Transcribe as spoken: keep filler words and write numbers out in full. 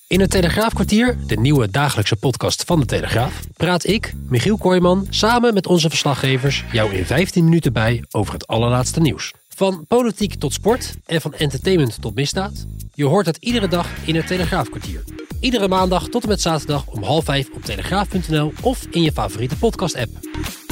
In het Telegraafkwartier, de nieuwe dagelijkse podcast van de Telegraaf, praat ik, Michiel Kooijman, samen met onze verslaggevers jou in vijftien minuten bij over het allerlaatste nieuws. Van politiek tot sport en van entertainment tot misdaad. Je hoort het iedere dag in het Telegraafkwartier. Iedere maandag tot en met zaterdag om half vijf op telegraaf punt n l of in je favoriete podcast-app.